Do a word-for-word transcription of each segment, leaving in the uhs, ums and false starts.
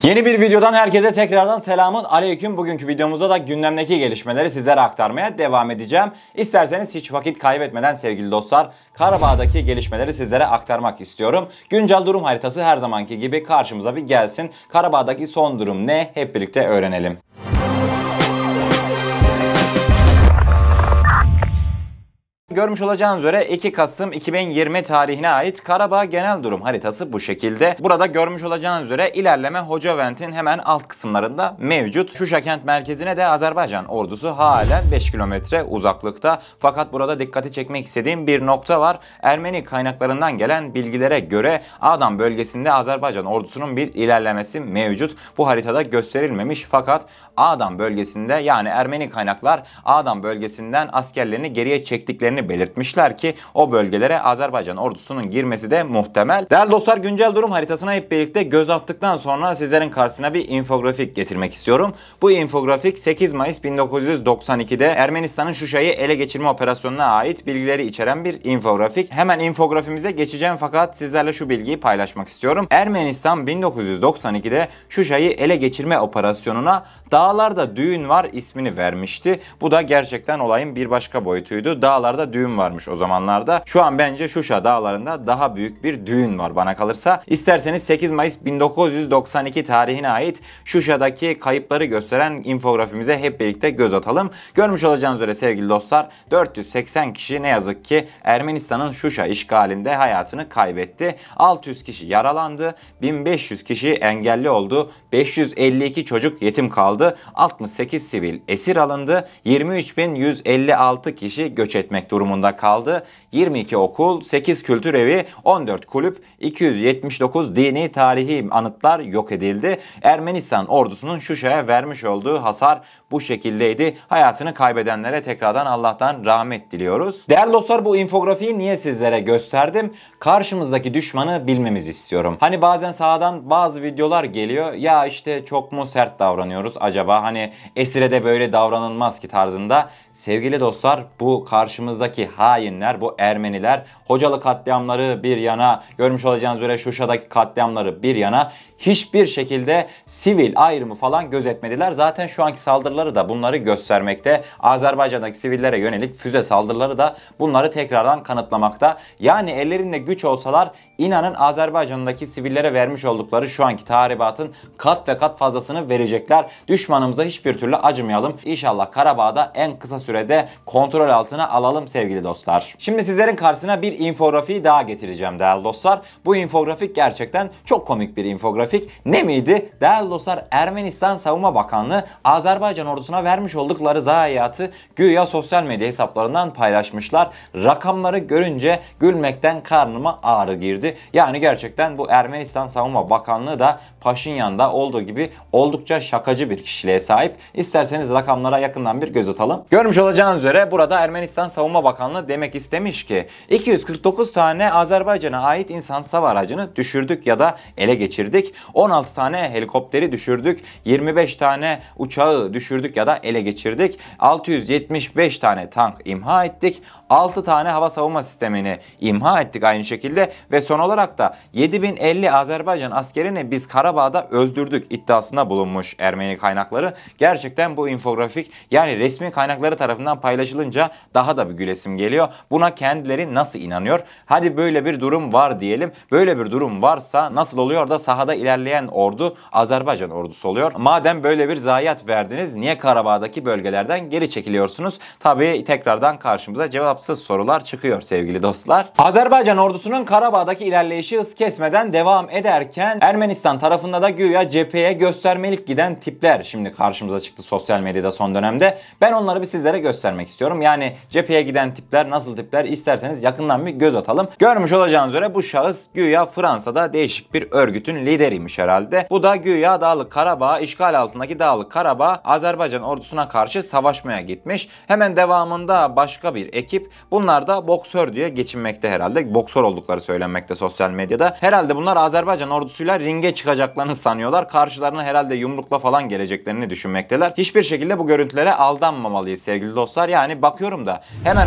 Yeni bir videodan herkese tekrardan selamun aleyküm. Bugünkü videomuzda da gündemdeki gelişmeleri sizlere aktarmaya devam edeceğim. İsterseniz hiç vakit kaybetmeden sevgili dostlar, Karabağ'daki gelişmeleri sizlere aktarmak istiyorum. Güncel durum haritası her zamanki gibi karşımıza bir gelsin. Karabağ'daki son durum ne? Hep birlikte öğrenelim. Görmüş olacağınız üzere iki Kasım iki bin yirmi tarihine ait Karabağ genel durum haritası bu şekilde. Burada görmüş olacağınız üzere ilerleme Hocavent'in hemen alt kısımlarında mevcut. Şuşa kent merkezine de Azerbaycan ordusu halen beş kilometre uzaklıkta. Fakat burada dikkati çekmek istediğim bir nokta var. Ermeni kaynaklarından gelen bilgilere göre Ağdam bölgesinde Azerbaycan ordusunun bir ilerlemesi mevcut. Bu haritada gösterilmemiş fakat Ağdam bölgesinde, yani Ermeni kaynaklar Ağdam bölgesinden askerlerini geriye çektiklerini belirtmişler ki o bölgelere Azerbaycan ordusunun girmesi de muhtemel. Değerli dostlar, güncel durum haritasına hep birlikte göz attıktan sonra sizlerin karşısına bir infografik getirmek istiyorum. Bu infografik sekiz Mayıs bin dokuz yüz doksan iki'de Ermenistan'ın Şuşa'yı ele geçirme operasyonuna ait bilgileri içeren bir infografik. Hemen infografimize geçeceğim fakat sizlerle şu bilgiyi paylaşmak istiyorum. Ermenistan bin dokuz yüz doksan iki'de Şuşa'yı ele geçirme operasyonuna "Dağlarda düğün var" ismini vermişti. Bu da gerçekten olayın bir başka boyutuydu. Dağlarda düğün varmış o zamanlarda. Şu an bence Şuşa dağlarında daha büyük bir düğün var bana kalırsa. İsterseniz sekiz Mayıs bin dokuz yüz doksan iki tarihine ait Şuşa'daki kayıpları gösteren infografimize hep birlikte göz atalım. Görmüş olacağınız üzere sevgili dostlar, dört yüz seksen kişi ne yazık ki Ermenistan'ın Şuşa işgalinde hayatını kaybetti. altı yüz kişi yaralandı. bin beş yüz kişi engelli oldu. beş yüz elli iki çocuk yetim kaldı. altmış sekiz sivil esir alındı. yirmi üç bin yüz elli altı kişi göç etmek durumunda kaldı. yirmi iki okul, sekiz kültür evi, on dört kulüp, iki yüz yetmiş dokuz dini tarihi anıtlar yok edildi. Ermenistan ordusunun Şuşa'ya vermiş olduğu hasar bu şekildeydi. Hayatını kaybedenlere tekrardan Allah'tan rahmet diliyoruz. Değerli dostlar, bu infografiyi niye sizlere gösterdim? Karşımızdaki düşmanı bilmemizi istiyorum. Hani bazen sağdan bazı videolar geliyor. Ya işte çok mu sert davranıyoruz acaba? Hani esire de böyle davranılmaz ki tarzında. Sevgili dostlar, bu karşımızdaki hainler, bu Ermeniler, Hocalı katliamları bir yana, görmüş olacağınız üzere Şuşa'daki katliamları bir yana, hiçbir şekilde sivil ayrımı falan gözetmediler. Zaten şu anki saldırıları da bunları göstermekte. Azerbaycan'daki sivillere yönelik füze saldırıları da bunları tekrardan kanıtlamakta. Yani ellerinde güç olsalar inanın Azerbaycan'daki sivillere vermiş oldukları şu anki tahribatın kat ve kat fazlasını verecekler. Düşmanımıza hiçbir türlü acımayalım. İnşallah Karabağ'da en kısa sürede kontrol altına alalım sevgili dostlar. Şimdi sizlerin karşısına bir infografiği daha getireceğim değerli dostlar. Bu infografik gerçekten çok komik bir infografik. Ne miydi? Değerli dostlar, Ermenistan Savunma Bakanlığı Azerbaycan ordusuna vermiş oldukları zayiatı güya sosyal medya hesaplarından paylaşmışlar. Rakamları görünce gülmekten karnıma ağrı girdi. Yani gerçekten bu Ermenistan Savunma Bakanlığı da Paşinyan'da olduğu gibi oldukça şakacı bir kişiliğe sahip. İsterseniz rakamlara yakından bir göz atalım. Görmüş olacağınız üzere burada Ermenistan Savunma Bakanlığı demek istemiş ki iki yüz kırk dokuz tane Azerbaycan'a ait insansız hava aracını düşürdük ya da ele geçirdik. on altı tane helikopteri düşürdük. yirmi beş tane uçağı düşürdük ya da ele geçirdik. altı yüz yetmiş beş tane tank imha ettik. altı tane hava savunma sistemini imha ettik aynı şekilde ve son olarak da yedi bin elli Azerbaycan askerini biz Karabağ'da öldürdük iddiasında bulunmuş Ermeni kaynakları. Gerçekten bu infografik, yani resmi kaynakları tarafından paylaşılınca daha da bir gülesim geliyor. Buna kendileri nasıl inanıyor? Hadi böyle bir durum var diyelim. Böyle bir durum varsa nasıl oluyor da sahada ilerleyen ordu Azerbaycan ordusu oluyor? Madem böyle bir zayiat verdiniz, niye Karabağ'daki bölgelerden geri çekiliyorsunuz? Tabii tekrardan karşımıza cevapsız sorular çıkıyor sevgili dostlar. Azerbaycan ordusunun Karabağ'daki ilerleyişi hız kesmeden devam ederken Ermenistan tarafında da güya cepheye göstermelik giden tipler şimdi karşımıza çıktı sosyal medyada son dönemde. Ben onları bir sizlere göstermek istiyorum. Yani cepheye giden tipler nasıl tipler, isterseniz yakından bir göz atalım. Görmüş olacağınız üzere bu şahıs güya Fransa'da değişik bir örgütün lideriymiş herhalde. Bu da güya Dağlık Karabağ, işgal altındaki Dağlık Karabağ Azerbaycan ordusuna karşı savaşmaya gitmiş. Hemen devamında başka bir ekip, bunlar da boksör diye geçinmekte herhalde. Boksör oldukları söylenmekte sosyal medyada. Herhalde bunlar Azerbaycan ordusuyla ringe çıkacaklarını sanıyorlar. Karşılarına herhalde yumrukla falan geleceklerini düşünmekteler. Hiçbir şekilde bu görüntülere aldanmamalıyız sevgili dostlar. Yani bakıyorum da hemen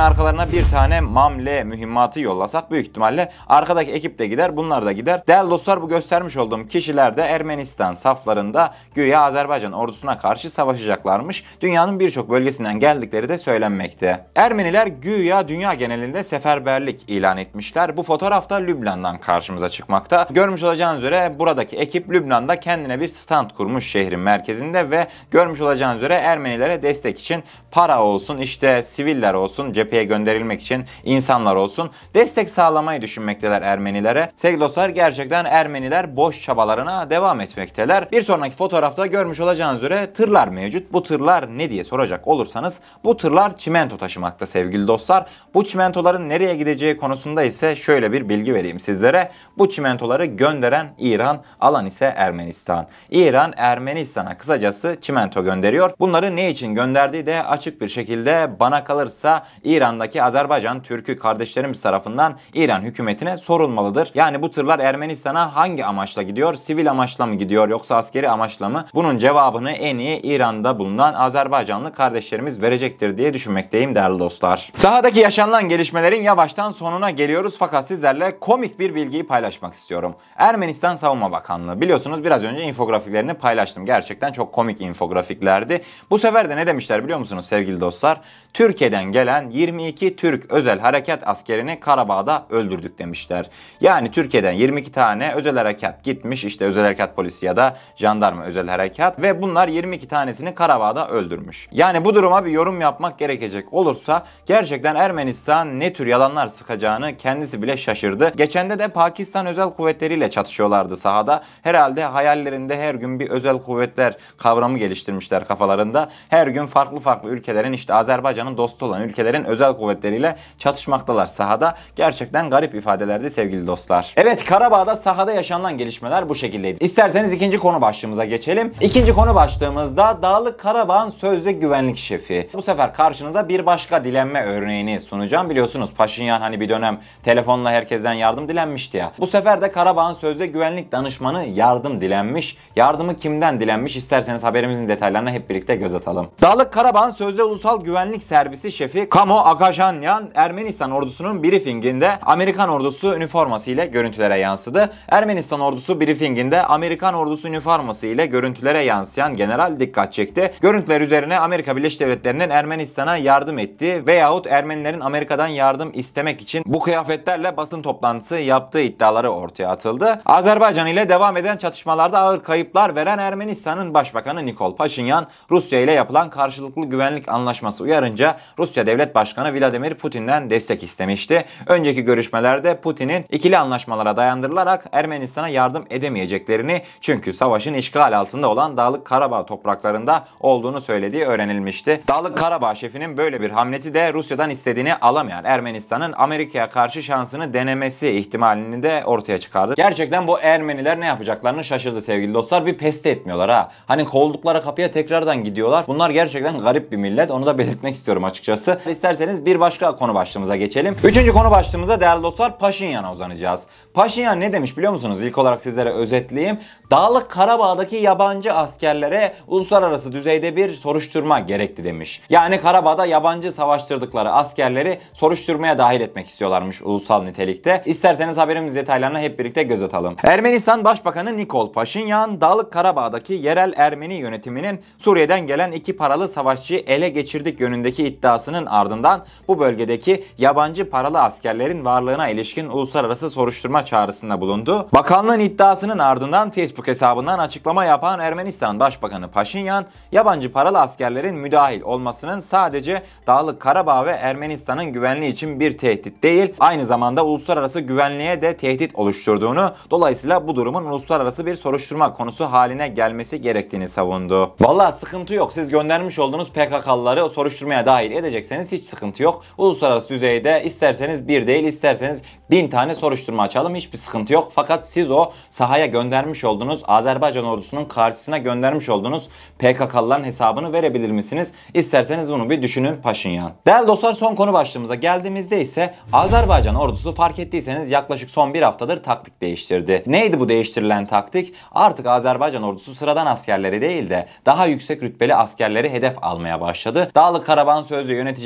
arkalarına bir tane MAM-L mühimmatı yollasak büyük ihtimalle arkadaki ekip de gider, bunlar da gider. Değerli dostlar, bu göstermiş olduğum kişiler de Ermenistan saflarında güya Azerbaycan ordusuna karşı savaşacaklarmış. Dünyanın birçok bölgesinden geldikleri de söylenmekte. Ermeniler güya dünya genelinde seferberlik ilan etmişler. Bu fotoğrafta Lübnan'dan karşımıza çıkmakta. Görmüş olacağınız üzere buradaki ekip Lübnan'da kendine bir stand kurmuş şehrin merkezinde ve görmüş olacağınız üzere Ermenilere destek için para olsun, işte siviller olsun, cepheye gönderilmek için insanlar olsun destek sağlamayı düşünmekteler Ermenilere. Sevgili dostlar, gerçekten Ermeniler boş çabalarına devam etmekteler. Bir sonraki fotoğrafta görmüş olacağınız üzere tırlar mevcut. Bu tırlar ne diye soracak olursanız bu tırlar çimento taşımakta sevgili dostlar. Bu çimentoların nereye gideceği konusunda ise şöyle bir bilgi vereyim sizlere. Bu çimentoları gönderen İran, alan ise Ermenistan. İran Ermenistan'a kısacası çimento gönderiyor. Bunları ne için gönderdiği de açık bir şekilde bana kalırsa İran'daki Azerbaycan Türk'ü kardeşlerimiz tarafından İran hükümetine sorulmalıdır. Yani bu tırlar Ermenistan'a hangi amaçla gidiyor? Sivil amaçla mı gidiyor yoksa askeri amaçla mı? Bunun cevabını en iyi İran'da bulunan Azerbaycanlı kardeşlerimiz verecektir diye düşünmekteyim değerli dostlar. Sahadaki yaşanılan gelişmelerin yavaştan sonuna geliyoruz fakat sizlerle komik bir bilgiyi paylaşmak istiyorum. Ermenistan Savunma Bakanlığı, biliyorsunuz biraz önce infografiklerini paylaştım. Gerçekten çok komik infografiklerdi. Bu sefer de ne demişler biliyor musunuz sevgili dostlar? Türkiye'den gelen yirmi iki Türk özel harekat askerini Karabağ'da öldürdük demişler. Yani Türkiye'den yirmi iki tane özel harekat gitmiş, işte özel harekat polisi ya da jandarma özel harekat ve bunlar yirmi iki tanesini Karabağ'da öldürmüş. Yani bu duruma bir yorum yapmak gerekecek olursa gerçekten Ermenistan ne tür yalanlar sıkacağını kendisi bile şaşırdı. Geçende de Pakistan özel kuvvetleriyle çatışıyorlardı sahada. Herhalde hayallerinde her gün bir özel kuvvetler kavramı geliştirmişler kafalarında. Her gün farklı farklı ülkelerin, işte Azerbaycan'ın dostu olan ülkelerin özel kuvvetleriyle çatışmaktalar sahada. Gerçekten garip ifadelerdi sevgili dostlar. Evet, Karabağ'da sahada yaşanılan gelişmeler bu şekildeydi. İsterseniz ikinci konu başlığımıza geçelim. İkinci konu başlığımızda Dağlık Karabağ'ın sözde güvenlik şefi. Bu sefer karşınıza bir başka dilenme örneğini sunacağım. Biliyorsunuz Paşinyan hani bir dönem telefonla herkesten yardım dilenmişti ya. Bu sefer de Karabağ'ın sözde güvenlik danışmanı yardım dilenmiş. Yardımı kimden dilenmiş? İsterseniz haberimizin detaylarına hep birlikte göz atalım. Dağlık Karabağ'ın sözde ulusal güvenlik servisi şefi Kamo Agajanyan Ermenistan ordusunun briefinginde Amerikan ordusu üniforması ile görüntülere yansıdı. Ermenistan ordusu briefinginde Amerikan ordusu üniforması ile görüntülere yansıyan general dikkat çekti. Görüntüler üzerine Amerika Birleşik Devletleri'nin Ermenistan'a yardım ettiği veyahut Ermenilerin Amerika'dan yardım istemek için bu kıyafetlerle basın toplantısı yaptığı iddiaları ortaya atıldı. Azerbaycan ile devam eden çatışmalarda ağır kayıplar veren Ermenistan'ın Başbakanı Nikol Paşinyan, Rusya ile yapılan karşılıklı güvenlik anlaşması uyarınca Rusya Devlet Başkanı Vladimir Putin'den destek istemişti. Önceki görüşmelerde Putin'in ikili anlaşmalara dayandırılarak Ermenistan'a yardım edemeyeceklerini, çünkü savaşın işgal altında olan Dağlık Karabağ topraklarında olduğunu söylediği öğrenilmişti. Dağlık Karabağ şefinin böyle bir hamlesi de Rusya'dan istediğini alamayan Ermenistan'ın Amerika'ya karşı şansını denemesi ihtimalini de ortaya çıkardı. Gerçekten bu Ermeniler ne yapacaklarını şaşırdı sevgili dostlar. Bir peste etmiyorlar ha. Hani kovuldukları kapıya tekrardan gidiyorlar. Bunlar gerçekten garip bir millet. Onu da belirtmek istiyorum açıkçası. İsterseniz bir başka konu başlığımıza geçelim. Üçüncü konu başlığımıza değerli dostlar Paşinyan'a uzanacağız. Paşinyan ne demiş biliyor musunuz? İlk olarak sizlere özetleyeyim. Dağlık Karabağ'daki yabancı askerlere uluslararası düzeyde bir soruşturma gerekli demiş. Yani Karabağ'da yabancı savaştırdıkları askerleri soruşturmaya dahil etmek istiyorlarmış ulusal nitelikte. İsterseniz haberimiz detaylarına hep birlikte göz atalım. Ermenistan Başbakanı Nikol Paşinyan, Dağlık Karabağ'daki yerel Ermeni yönetiminin Suriye'den gelen iki paralı savaşçıyı ele geçirdik yönündeki iddiasının ardından bu bölgedeki yabancı paralı askerlerin varlığına ilişkin uluslararası soruşturma çağrısında bulundu. Bakanlığın iddiasının ardından Facebook hesabından açıklama yapan Ermenistan Başbakanı Paşinyan, yabancı paralı askerlerin müdahil olmasının sadece Dağlık Karabağ ve Ermenistan'ın güvenliği için bir tehdit değil, aynı zamanda uluslararası güvenliğe de tehdit oluşturduğunu, dolayısıyla bu durumun uluslararası bir soruşturma konusu haline gelmesi gerektiğini savundu. Vallahi sıkıntı yok. Siz göndermiş olduğunuz P K K'lıları soruşturmaya dahil edecekseniz hiç sıkıntı yok. Uluslararası düzeyde isterseniz bir değil isterseniz bin tane soruşturma açalım, hiçbir sıkıntı yok. Fakat siz o sahaya göndermiş olduğunuz Azerbaycan ordusunun karşısına göndermiş olduğunuz P K K'lıların hesabını verebilir misiniz? İsterseniz bunu bir düşünün Paşinyan. Değerli dostlar, son konu başlığımıza geldiğimizde ise Azerbaycan ordusu fark ettiyseniz yaklaşık son bir haftadır taktik değiştirdi. Neydi bu değiştirilen taktik? Artık Azerbaycan ordusu sıradan askerleri değil de daha yüksek rütbeli askerleri hedef almaya başladı. Dağlık Karabağ'ın sözlü yöneticileri de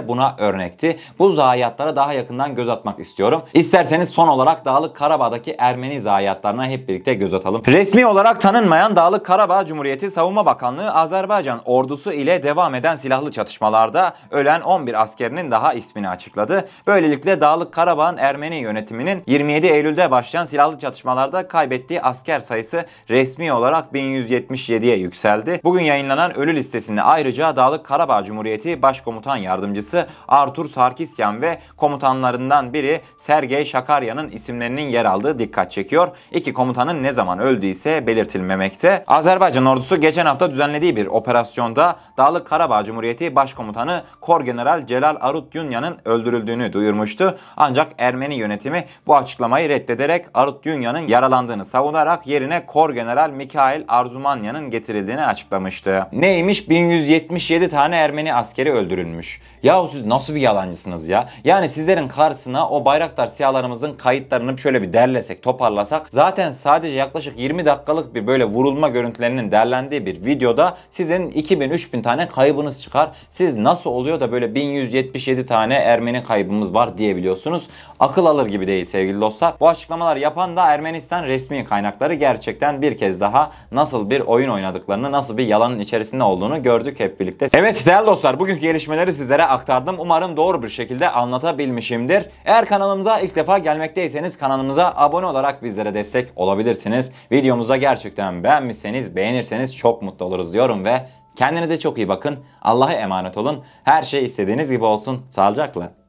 buna örnekti. Bu zayiatlara daha yakından göz atmak istiyorum. İsterseniz son olarak Dağlık Karabağ'daki Ermeni zayiatlarına hep birlikte göz atalım. Resmi olarak tanınmayan Dağlık Karabağ Cumhuriyeti Savunma Bakanlığı, Azerbaycan ordusu ile devam eden silahlı çatışmalarda ölen on bir askerinin daha ismini açıkladı. Böylelikle Dağlık Karabağ'ın Ermeni yönetiminin yirmi yedi Eylül'de başlayan silahlı çatışmalarda kaybettiği asker sayısı resmi olarak bin yüz yetmiş yediye yükseldi. Bugün yayınlanan ölü listesinde ayrıca Dağlık Karabağ Cumhuriyeti Başkomutan Yardımcısı Artur Sarkisyan ve komutanlarından biri Sergey Şakarya'nın isimlerinin yer aldığı dikkat çekiyor. İki komutanın ne zaman öldüğü ise belirtilmemekte. Azerbaycan ordusu geçen hafta düzenlediği bir operasyonda Dağlık Karabağ Cumhuriyeti Başkomutanı Korgeneral Celal Arutyunyan'ın öldürüldüğünü duyurmuştu. Ancak Ermeni yönetimi bu açıklamayı reddederek Arutyunyan'ın yaralandığını savunarak yerine Korgeneral Mikhail Arzumanyan'ın getirildiğini açıklamıştı. Neymiş? bin yüz yetmiş yedi tane Ermeni askeri öldürülmüş. Yahu siz nasıl bir yalancısınız ya? Yani sizlerin karşısına o Bayraktar SİHA'larımızın kayıtlarını şöyle bir derlesek, toparlasak, zaten sadece yaklaşık yirmi dakikalık bir böyle vurulma görüntülerinin derlendiği bir videoda sizin iki bin üç bin tane kaybınız çıkar. Siz nasıl oluyor da böyle bin yüz yetmiş yedi tane Ermeni kaybımız var diyebiliyorsunuz? Akıl alır gibi değil sevgili dostlar. Bu açıklamalar yapan da Ermenistan resmi kaynakları. Gerçekten bir kez daha nasıl bir oyun oynadıklarını, nasıl bir yalanın içerisinde olduğunu gördük hep birlikte. Evet değerli dostlar, bugünkü gelişmeleri sizlere aktardım. Umarım doğru bir şekilde anlatabilmişimdir. Eğer kanalımıza ilk defa gelmekteyseniz kanalımıza abone olarak bizlere destek olabilirsiniz. Videomuza gerçekten beğenmişseniz, beğenirseniz çok mutlu oluruz diyorum ve kendinize çok iyi bakın. Allah'a emanet olun. Her şey istediğiniz gibi olsun. Sağlıcakla.